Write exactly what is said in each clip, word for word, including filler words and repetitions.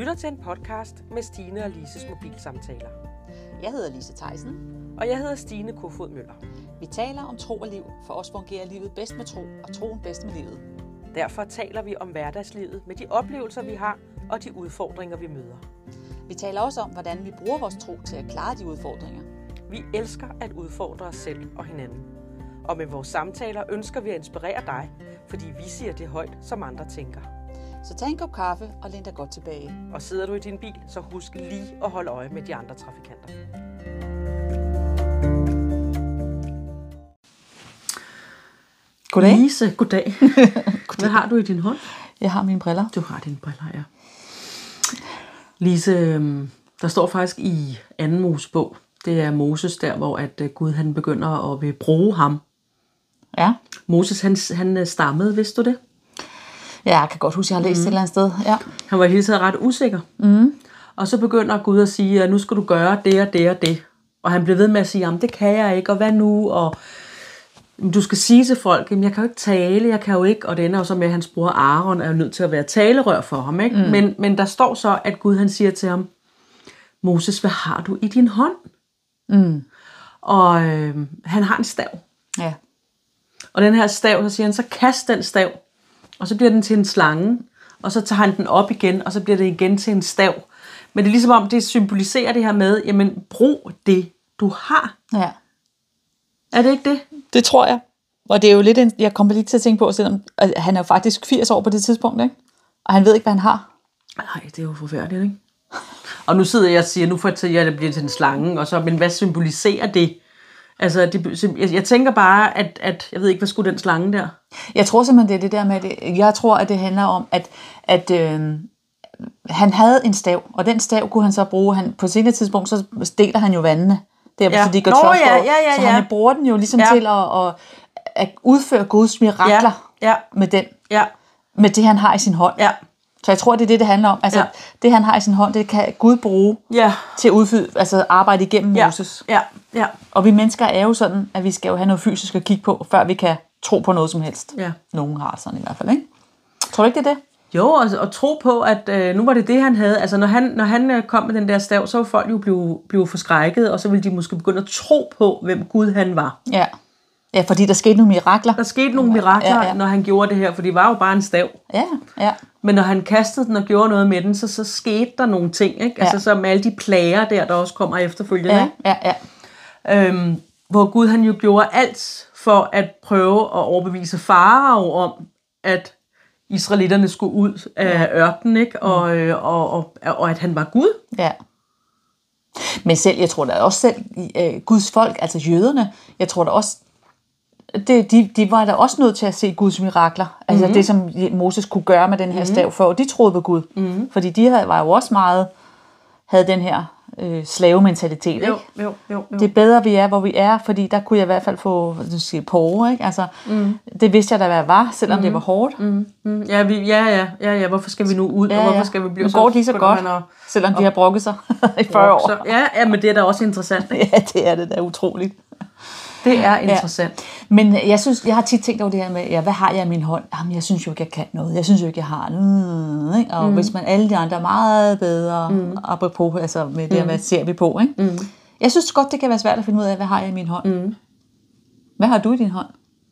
lytter til en podcast med Stine og Lises mobilsamtaler. Jeg hedder Lise Theisen. Og jeg hedder Stine Kofod Møller. Vi taler om tro og liv. For os fungerer livet bedst med tro, og troen bedst med livet. Derfor taler vi om hverdagslivet med de oplevelser, vi har, og de udfordringer, vi møder. Vi taler også om, hvordan vi bruger vores tro til at klare de udfordringer. Vi elsker at udfordre os selv og hinanden. Og med vores samtaler ønsker vi at inspirere dig, fordi vi siger det højt, som andre tænker. Så tag en kop kaffe og læn dig godt tilbage. Og sidder du i din bil, så husk lige at holde øje med de andre trafikanter. Goddag. Lise, goddag. Hvad har du i din hånd? Jeg har mine briller. Du har dine briller, ja. Lise, der står faktisk i anden Mosebog, det er Moses der, hvor at Gud han begynder at vil bruge ham. Ja. Moses han, han stammede, vidste du det? Ja, jeg kan godt huske, jeg har læst mm. et eller andet sted. Ja. Han var hele tiden ret usikker. Mm. Og så begynder Gud at sige, at nu skal du gøre det og det og det. Og han blev ved med at sige, jamen det kan jeg ikke, og hvad nu? Og du skal sige til folk, jamen jeg kan jo ikke tale, jeg kan jo ikke. Og det ender jo så med, at hans bror Aaron er jo nødt til at være talerør for ham. Ikke? Mm. Men, men der står så, at Gud han siger til ham, Moses, hvad har du i din hånd? Mm. Og øh, han har en stav. Ja. Og den her stav, så siger han, så kast den stav. Og så bliver den til en slange, og så tager han den op igen, og så bliver det igen til en stav. Men det er ligesom om, det symboliserer det her med, jamen brug det, du har. Ja. Er det ikke det? Det tror jeg. Og det er jo lidt, en, jeg kommer lige til at tænke på, selvom han er jo faktisk firs år på det tidspunkt, ikke? Og han ved ikke, hvad han har. Nej, det er jo forfærdeligt, ikke? Og nu sidder jeg og siger, nu får jeg, at det bliver til en slange, og så, men hvad symboliserer det? Altså, det, jeg, jeg tænker bare, at, at jeg ved ikke, hvad skulle den slange der? Jeg tror simpelthen, det er det der med, det. Jeg tror, at det handler om, at, at øh, han havde en stav, og den stav kunne han så bruge. Han, på senere tidspunkt, så deler han jo vandene. Der, ja. Så de går Nå, tørt ja, ja, ja, så ja. han bruger den jo ligesom ja. til at, at, at udføre Guds mirakler ja. Ja. med den. Ja. Med det, han har i sin hånd. Ja. Så jeg tror, det er det, det handler om. Altså, ja. det, han har i sin hånd, det kan Gud bruge ja. til at udføre, altså arbejde igennem ja. Moses. Ja. Ja. Og vi mennesker er jo sådan, at vi skal jo have noget fysisk at kigge på, før vi kan tro på noget som helst. Ja. Nogen har sådan i hvert fald, ikke? Tror du ikke, det er det? Jo, og, og tro på, at øh, nu var det det, han havde. Altså, når han, når han kom med den der stav, så var folk jo blive, blive forskrækket, og så ville de måske begynde at tro på, hvem Gud han var. Ja. Ja, fordi der skete nogle mirakler. Der skete nogle mirakler, ja, ja. når han gjorde det her, for det var jo bare en stav. Ja, ja. Men når han kastede den og gjorde noget med den, så, så skete der nogle ting, ikke? Ja. Altså så med alle de plager der, der også kommer efterfølgende. Ja, ja, ja. Øhm, hvor Gud han jo gjorde alt for at prøve at overbevise farao om, at israelitterne skulle ud af ørkenen, ikke? Og, og, og, og at han var Gud. Ja. Men selv, jeg tror da også selv, øh, Guds folk, altså jøderne, jeg tror da også, det, de, de var da også nødt til at se Guds mirakler. Altså mm-hmm. det, som Moses kunne gøre med den her stav for, og de troede på Gud. Mm-hmm. Fordi de havde, var jo også meget, havde den her øh, slavementalitet, ikke? Jo, jo, jo, jo. Det er bedre, vi er, hvor vi er, fordi der kunne jeg i hvert fald få, du siger, porre, ikke? Altså, mm. det vidste jeg da, hvad jeg var, selvom mm. det var hårdt. Mm. Mm. Ja, vi, ja, ja, ja, ja, hvorfor skal vi nu ud, ja, og hvorfor ja. skal vi blive nu så... går det lige så godt, og, selvom de har brokket sig i fyrre år. Så, ja, ja, men det er da også interessant, ikke? Ja, det er det da utroligt. Det er interessant. Ja. Men jeg synes, jeg har tit tænkt over det her med, ja, hvad har jeg i min hånd? Jamen, jeg synes jo ikke, jeg kan noget. Jeg synes jo ikke, jeg har noget. Ikke? Og mm. hvis man alle de andre er meget bedre, mm. apropos, altså med det her, hvad ser vi på, ikke? Mm. Jeg synes godt, det kan være svært at finde ud af, hvad har jeg i min hånd? Mm. Hvad har du i din hånd?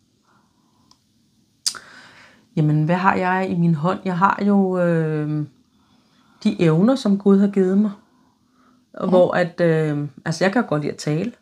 Jamen, hvad har jeg i min hånd? Jeg har jo øh, de evner, som Gud har givet mig. Ja. Hvor at, øh, altså jeg kan godt lide at tale.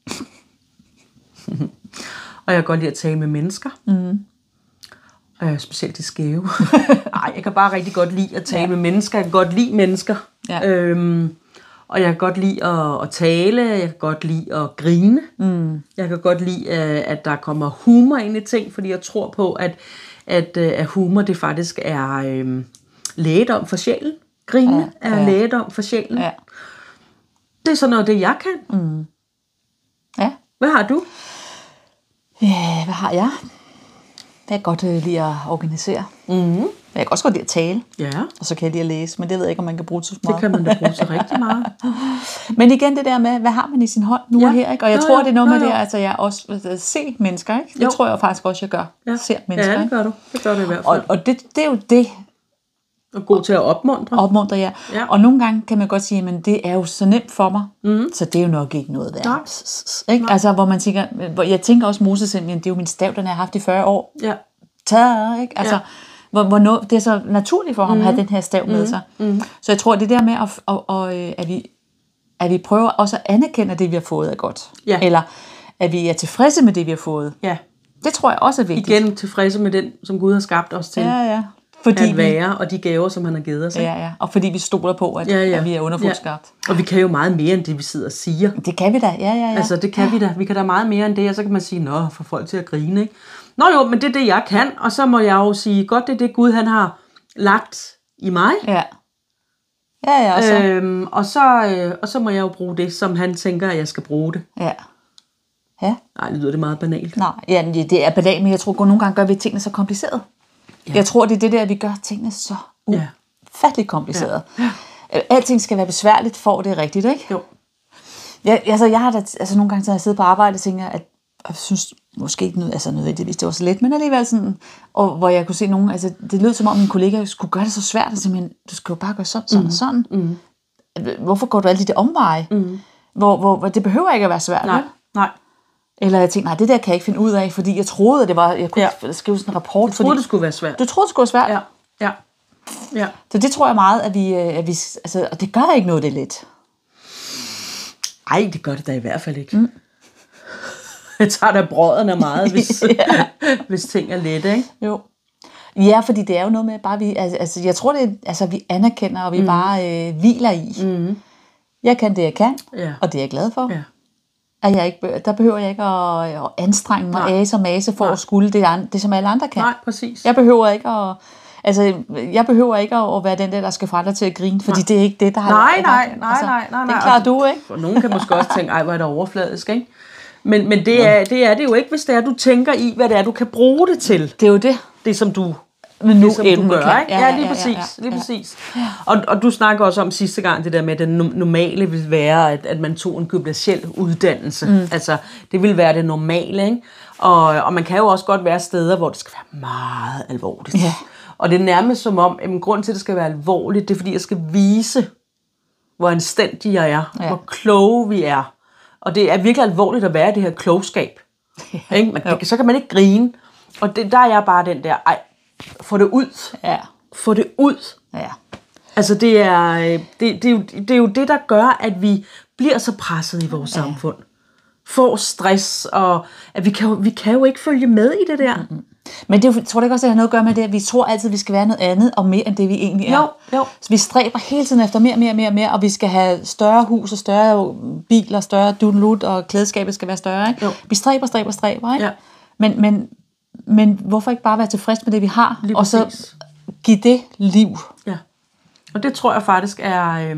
Og jeg kan godt lide at tale med mennesker. Mm. Øh, specielt de skæve. Ej, jeg kan bare rigtig godt lide at tale ja. med mennesker. Jeg kan godt lide mennesker. Ja. Øhm, og jeg kan godt lide at, at tale. Jeg kan godt lide at grine. Mm. Jeg kan godt lide, at der kommer humor ind i ting. Fordi jeg tror på, at, at, at humor det faktisk er øhm, lægedom for sjælen. Grine ja. er ja. lægedom for sjælen. Ja. Det er sådan noget, det jeg kan. Mm. Ja. Hvad har du? Ja, hvad har jeg? Jeg kan godt lide at organisere. Mm-hmm. Jeg kan også godt lide at tale. Ja. Og så kan jeg lide at læse, men det ved jeg ikke, om man kan bruge til så meget. Det kan man da bruge til rigtig meget. Men igen det der med, hvad har man i sin hånd nu ja. og her? Ikke? Og jeg jo, tror, det er noget jo, med jo. det, altså jeg også at se mennesker. Ikke? Det jo. tror jeg faktisk også, jeg gør. Ja. Ser mennesker. Ja, det gør du. Det gør du i hvert fald. Og, og det, det er jo det, Og god til at opmuntre. Opmuntre, ja. ja. Og nogle gange kan man godt sige, men det er jo så nemt for mig, mm. så det er jo nok ikke noget værd. Nej. Ikke? Altså, hvor man tænker, hvor jeg tænker også Moses, men det er jo min stav, den jeg har haft i fyrre år. Ja. Tag, ikke? Altså, ja. hvor, hvor no, det er så naturligt for ham mm. at have den her stav med mm. sig. Mm. Så jeg tror, det der med, at, at, at, at, vi, at vi prøver også at anerkende, at det, vi har fået, er godt. Ja. Eller at vi er tilfredse med det, vi har fået. Ja. Det tror jeg også er vigtigt. Igen tilfredse med den, som Gud har skabt os til. Ja, ja. Fordi at være, og de gaver, som han har givet os. Ja, ja. Og fordi vi stoler på, at, ja, ja. at vi er underfuldt skabt. Ja. Og vi kan jo meget mere, end det vi sidder og siger. Det kan vi da, ja, ja, ja. Altså, det kan ja. vi da. Vi kan da meget mere end det, og så kan man sige, nå, for folk til at grine, ikke? Nå jo, men det er det, jeg kan, og så må jeg jo sige, godt, det er det Gud, han har lagt i mig. Ja. Ja, ja, og så... Øhm, og, så øh, og så må jeg jo bruge det, som han tænker, at jeg skal bruge det. Ja. Ja. Nej, det lyder det meget banalt. Nej, ja, det er banalt, men jeg tror, at nogle gange gør vi tingene så kompliceret. Ja. Jeg tror, det er det der, at vi gør tingene så ufatteligt kompliceret. Ja. Ja. Alting skal være besværligt, for det er rigtigt, ikke? Jo. Jeg, altså, jeg har da, altså nogle gange, når jeg sidder på arbejde, tænker at jeg synes måske ikke noget, altså nødvendigvis, det var så let, men alligevel sådan, og hvor jeg kunne se nogen, altså det lød som om min kollega skulle gøre det så svært, og simpelthen, du skal jo bare gøre sådan, sådan mm. og sådan. Mm. Hvorfor går du alle de der omveje? Mm. Hvor, hvor, hvor det behøver ikke at være svært, nej, nej. Eller jeg tænkte, nej, det der kan jeg ikke finde ud af, fordi jeg troede, at det var, jeg kunne ja. skrive sådan en rapport. Du troede, fordi, det skulle være svært. Du troede, det skulle være svært? Ja. Ja. Ja. Så det tror jeg meget, at vi, at vi altså, og det gør ikke noget, det er let. Ej, det gør det da i hvert fald ikke. Mm. Jeg tager da brødene meget, hvis, ja. hvis ting er lette, ikke? Jo. Ja, fordi det er jo noget med, bare vi, altså jeg tror, det er, altså vi anerkender, og vi mm. bare øh, hviler i. Mm. Jeg kan det, jeg kan, ja. og det er jeg glad for. Ja. At jeg ikke, der behøver jeg ikke at, at anstrenge mig, ase og mase for Nej. at skulle det, det, som alle andre kan. Nej, præcis. Jeg behøver ikke at, altså, jeg behøver ikke at være den der, der skal få dig til at grine, fordi nej. det er ikke det, der har... Nej, nej, nej, altså, nej, nej. Det er klart, du, ikke? For nogen kan måske også tænke, ej, hvor er det overfladisk, ikke? Men, men det, er, det er det jo ikke, hvis det er, du tænker i, hvad det er, du kan bruge det til. Det er jo det. Det, som du... Men nu det, som du gør, ikke? Ja, ja, lige præcis. Ja, ja, ja. Lige præcis. Ja. Og, og du snakker også om sidste gang, det der med, at det normale vil være, at, at man tog en gymnasiel uddannelse. Mm. Altså, det vil være det normale, ikke? Og, og man kan jo også godt være steder, hvor det skal være meget alvorligt. Ja. Og det er nærmest som om, at grund til, at det skal være alvorligt, det er, fordi jeg skal vise, hvor anstændig jeg er, ja. hvor kloge vi er. Og det er virkelig alvorligt at være i det her klogskab. Ja. Ikke? Man, så kan man ikke grine. Og det, der er jeg bare den der, ej, få det ud. Ja. Få det ud. Ja. Altså det er, det, det, er jo, det er jo det, der gør, at vi bliver så presset i vores ja. samfund. Får stress, og at vi kan, jo, vi kan jo ikke følge med i det der. Mm-hmm. Men det er jo, tror du ikke også, det har noget at gøre med det, at vi tror altid, at vi skal være noget andet og mere, end det vi egentlig er? Jo, jo. Så vi stræber hele tiden efter mere, mere, mere, mere, og vi skal have større hus og større biler, større dudelut, og klædeskabet skal være større, ikke? Jo. Vi stræber, stræber, stræber, ikke? Ja. Men, men, men hvorfor ikke bare være tilfreds med det, vi har, lige og præcis. Så give det liv? Ja. Og det tror jeg faktisk er... Øh,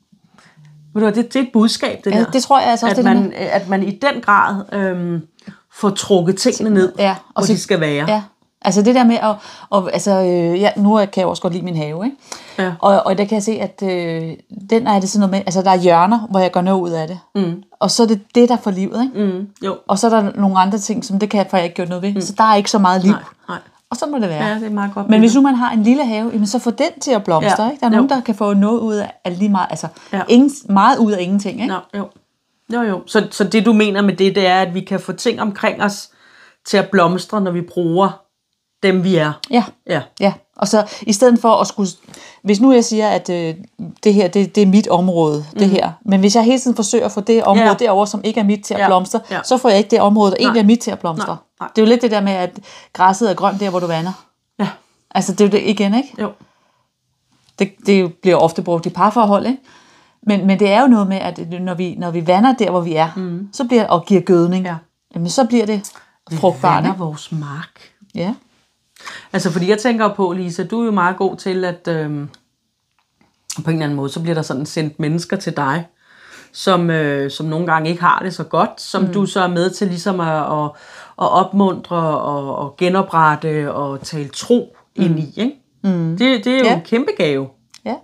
ved du, det, det er et budskab, det ja, der. Det tror jeg altså også, at det man, at man i den grad øh, får trukket tingene ned, ja, og hvor så, de skal være. Ja. Altså det der med at, og, altså, øh, ja, nu kan jeg også godt lide min have, ikke? Ja. Og, og der kan jeg se, at øh, den er det sådan noget med, altså der er hjørner, hvor jeg gør noget ud af det. Mm. Og så er det det, der får livet, ikke? Mm. Jo. Og så er der nogle andre ting, som det kan jeg, for jeg ikke gjort noget ved. Mm. Så der er ikke så meget liv. Nej, nej. Og så må det være. Ja, det er meget godt. Men hvis nu man har en lille have, jamen, så får den til at blomstre, ja. Ikke? Der er jo. Nogen, der kan få noget ud af lige meget, altså ja. ingen, meget ud af ingenting, ikke? Nå, jo. Jo, jo. Så, så det du mener med det, det er, at vi kan få ting omkring os til at blomstre, når vi bruger dem, vi er. Ja. Ja. Ja. Og så i stedet for at skulle, hvis nu jeg siger, at øh, det her, det, det er mit område, det mm. her, men hvis jeg hele tiden forsøger at få det område ja. derovre, som ikke er mit til at ja. blomstre, ja. så får jeg ikke det område, der Nej. egentlig er mit til at blomstre. Nej. Nej. Det er jo lidt det der med, at græsset er grønt der, hvor du vander. Ja. Altså det er jo det igen, ikke? Jo. Det, det bliver ofte brugt i parforhold, ikke? Men, men det er jo noget med, at når vi, når vi vander der, hvor vi er, mm. så bliver og giver gødning, ja. jamen, så bliver det frugtbart. Vi vander vores mark. Ja. Altså, fordi jeg tænker på, Lisa, du er jo meget god til, at øhm, på en eller anden måde, så bliver der sådan sendt mennesker til dig, som, øh, som nogle gange ikke har det så godt, som mm. du så er med til ligesom at, at, at opmuntre og, og genoprette og tale tro mm. ind i, ikke? Mm. Det, det er jo ja. en kæmpe gave. Ja.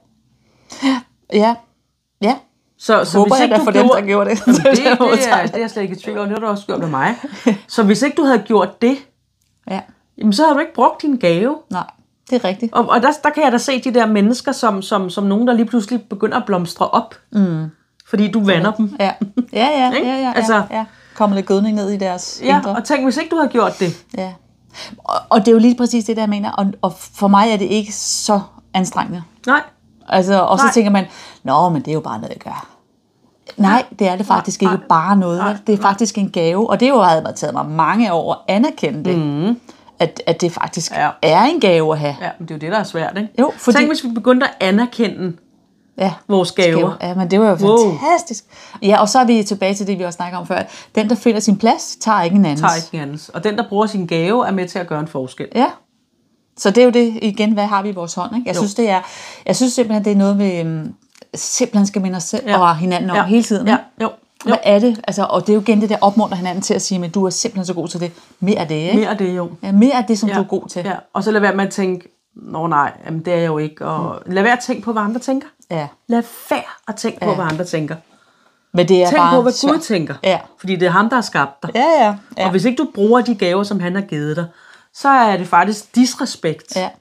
Ja. Ja. Så, så håber hvis ikke jeg, du for gjorde, dem, der gjorde det. det, det, det, er, det er jeg slet ikke i tvivl om, det har du også gjort med mig. Så hvis ikke du havde gjort det, ja. jamen, så har du ikke brugt din gave. Nej. det er rigtigt. Og, og der, der kan jeg da se de der mennesker, som, som, som nogen, der lige pludselig begynder at blomstre op. Mm. Fordi du vander dem. Ja, ja, ja. ja, ja, ja, altså, ja. Kommer lidt gødning ned i deres ja, indre. Og tænk, hvis ikke du havde gjort det. Ja. Og, og det er jo lige præcis det, der jeg mener. Og, og for mig er det ikke så anstrengende. Nej. Altså, og så Nej. tænker man, nå, men det er jo bare noget, jeg gør. Nej, det er det faktisk nej, ikke nej, bare noget. Nej, det er nej. faktisk en gave. Og det jo havde taget mig mange år at anerkende det. Mm. At, at det faktisk ja. er en gave at have. Ja, men det er jo det, der er svært, ikke? Jo, fordi... Tænk, hvis vi begyndte at anerkende ja, vores gaver. Ja, men det var jo wow. fantastisk. Ja, og så er vi tilbage til det, vi også snakker om før. Den, der finder sin plads, tager ikke en andens. Tager ikke en andens. Og den, der bruger sin gave, er med til at gøre en forskel. Ja. Så det er jo det, igen, hvad har vi i vores hånd, ikke? Jeg jo. synes, det er, jeg synes simpelthen, det er noget, vi um, simpelthen skal minde os selv ja. og hinanden om ja. hele tiden. Ja. Jo. Jo. Hvad er det? Altså, og det er jo igen det der opmuntrer hinanden til at sige, men du er simpelthen så god til det. Mere af det, ikke? Mere af det, jo. Ja, mere af det, som ja. du er god til. Ja. Og så lad være med at tænke, nå nej, jamen, det er jeg jo ikke. Og mm. lad være at tænke på, hvad andre tænker. Ja. Lad være at tænke ja. på, hvad andre tænker. Men det er Tænk bare på, hvad svært. Gud tænker. Ja. Fordi det er ham, der har skabt dig. Ja, ja, ja. Og hvis ikke du bruger de gaver, som han har givet dig, så er det faktisk disrespekt. Ja.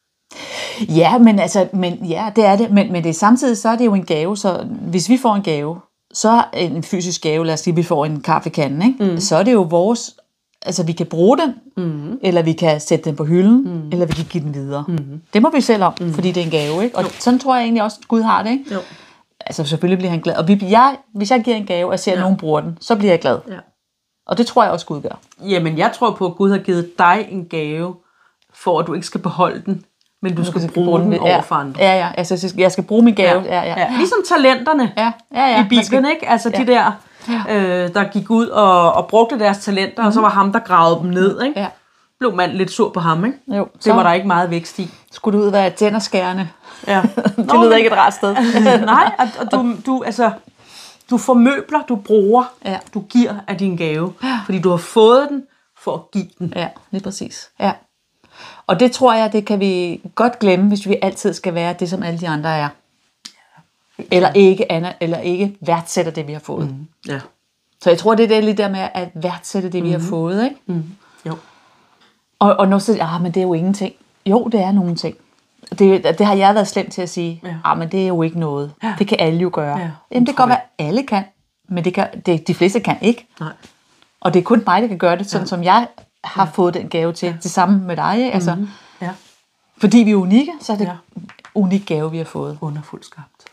Ja, men altså, men ja, det er det. Men, men det er samtidig, så er det jo en gave. Så hvis vi får en gave, så en fysisk gave, lad os sige, vi får en kaffekande, ikke? Mm. Så er det jo vores, altså vi kan bruge den, mm. eller vi kan sætte den på hylden, mm. eller vi kan give den videre. Mm. Det må vi selv om, mm. fordi det er en gave, ikke? Og jo. sådan tror jeg egentlig også, at Gud har det, ikke? Jo. Altså selvfølgelig bliver han glad. Og vi, jeg, hvis jeg giver en gave, og ser, at ja. nogen bruger den, så bliver jeg glad. Ja. Og det tror jeg også, Gud gør. Jamen, jeg tror på, at Gud har givet dig en gave, for at du ikke skal beholde den, men du, du skal, skal bruge, bruge den, den over for andre. Ja, ja, altså jeg skal bruge min gave. Ja, ja, ja. Ja. Ligesom talenterne ja, ja, ja. i Bibelen, skal... ikke? Altså ja. de der, øh, der gik ud og, og brugte deres talenter, mm-hmm. og så var ham, der gravede dem ned, ikke? Ja. Blev man lidt sur på ham, ikke? Jo, det var der ikke meget vækst i. Skulle du ud og være tænderskærende? Ja. Det lyder ikke et rart sted. Nej, og, og du, du, altså, du får møbler, du bruger, ja. du giver af din gave, ja. fordi du har fået den for at give den. Ja, lige præcis. Ja. Og det tror jeg, det kan vi godt glemme, hvis vi altid skal være det, som alle de andre er. Ja. Eller ikke Anna, eller ikke værdsætter det, vi har fået. Mm. Ja. Så jeg tror, det er det lidt der med at værdsætte det, vi mm. har fået, ikke? Mm. Jo. Og, og nu siger ah, men det er jo ingenting. Jo, det er nogle ting. Det, det har jeg været slem til at sige, ja. ah, men det er jo ikke noget. Ja. Det kan alle jo gøre. Ja, Jamen, det kan godt være, at alle kan, men det kan, det, de fleste kan ikke. Nej. Og det er kun mig, der kan gøre det, sådan ja. som jeg har ja. fået den gave til. Ja. Det samme med dig, ikke? Altså, mm-hmm. ja. Fordi vi er unikke, så er det ja. en unik gave, vi har fået. Underfuldt skabt.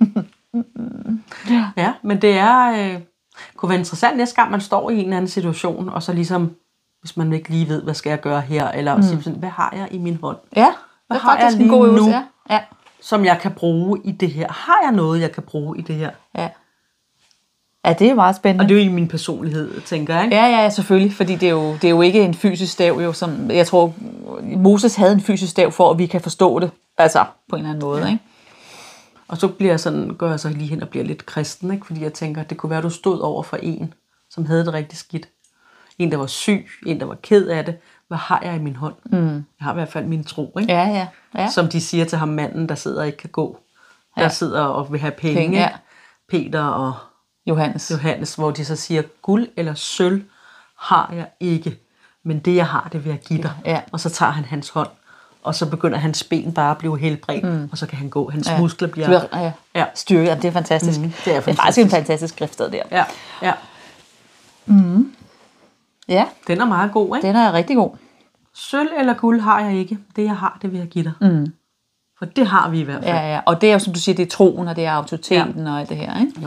ja. ja, men det er, øh, kunne være interessant næste gang, man står i en eller anden situation, og så ligesom, hvis man ikke lige ved, hvad skal jeg gøre her, eller mm. simpelthen, hvad har jeg i min hånd? Ja, hvad har jeg lige god nu, ja. som jeg kan bruge i det her? Har jeg noget, jeg kan bruge i det her? Ja. Ja, det er meget spændende. Og det er jo i min personlighed, tænker jeg, ikke? Ja, ja, selvfølgelig, fordi det er jo, det er jo ikke en fysisk stav, jo, som jeg tror, Moses havde en fysisk stav, for at vi kan forstå det, altså på en eller anden måde, ja. ikke? Og så bliver jeg sådan, går jeg så lige hen og bliver lidt kristen, ikke? Fordi jeg tænker, at det kunne være, at du stod over for en, som havde det rigtig skidt. En, der var syg, en, der var ked af det. Hvad har jeg i min hånd? Mm. Jeg har i hvert fald min tro, ikke? Ja, ja, ja. Som de siger til ham, manden, der sidder og ikke kan gå. Der ja. sidder og vil have penge. penge ja. Peter og Johannes. Johannes, hvor de så siger, guld eller sølv har jeg ikke, men det jeg har, det vil jeg give dig. Ja. Og så tager han hans hånd, og så begynder hans ben bare at blive helbredt, mm. og så kan han gå. Hans ja. muskler bliver ja. Ja. styrket. Det er fantastisk. Mm. Det er fantastisk. Det er faktisk en fantastisk skriftsted der. Ja. Ja. Mm. Ja. Den er meget god, ikke? Den er rigtig god. Sølv eller guld har jeg ikke. Det jeg har, det vil jeg give dig. Mm. For det har vi i hvert fald. Ja, ja. Og det er jo, som du siger, det er troen, og det er autoriteten, ja. og alt det her, ikke? Jo.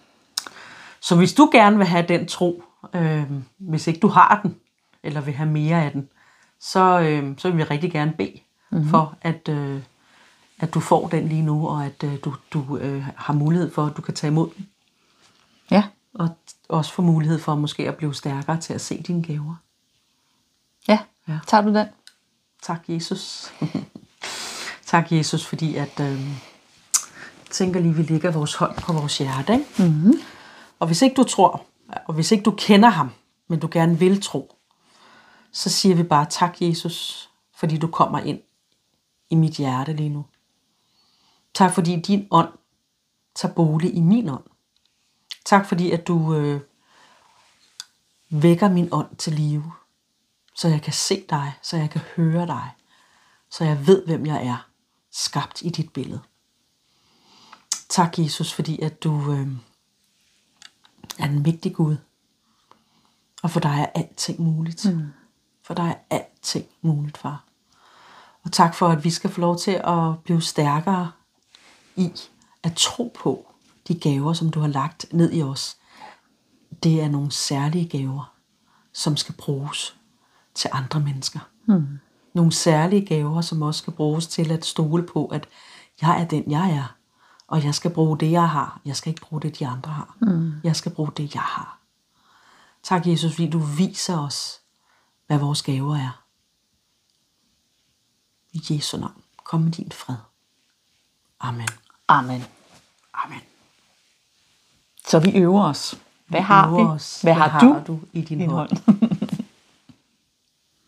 Så hvis du gerne vil have den tro, øh, hvis ikke du har den, eller vil have mere af den, så, øh, så vil vi rigtig gerne bede mm-hmm. for, at, øh, at du får den lige nu, og at øh, du, du øh, har mulighed for, at du kan tage imod den. Ja. Og også få mulighed for måske at blive stærkere til at se dine gaver. Ja, ja. Tager du den? Tak, Jesus. Tak, Jesus, fordi at, øh, jeg tænker lige, vi lægger vores hånd på vores hjerte, ikke? Mm-hmm. Og hvis ikke du tror, og hvis ikke du kender ham, men du gerne vil tro, så siger vi bare tak, Jesus, fordi du kommer ind i mit hjerte lige nu. Tak, fordi din ånd tager bolig i min ånd. Tak, fordi at du øh, vækker min ånd til live, så jeg kan se dig, så jeg kan høre dig, så jeg ved, hvem jeg er, skabt i dit billede. Tak, Jesus, fordi at du øh, er en mægtig Gud. Og for dig er alting muligt. Mm. For dig er alting muligt, far. Og tak for, at vi skal få lov til at blive stærkere i at tro på de gaver, som du har lagt ned i os. Det er nogle særlige gaver, som skal bruges til andre mennesker. Mm. Nogle særlige gaver, som også skal bruges til at stole på, at jeg er den, jeg er. Og jeg skal bruge det, jeg har. Jeg skal ikke bruge det, de andre har. Mm. Jeg skal bruge det, jeg har. Tak, Jesus, fordi du viser os, hvad vores gaver er. I Jesu navn. Kom med din fred. Amen. Amen. Amen. Så vi øver os. Hvad har vi? Os. Hvad, Hvad har du, har du i din hånd? hånd?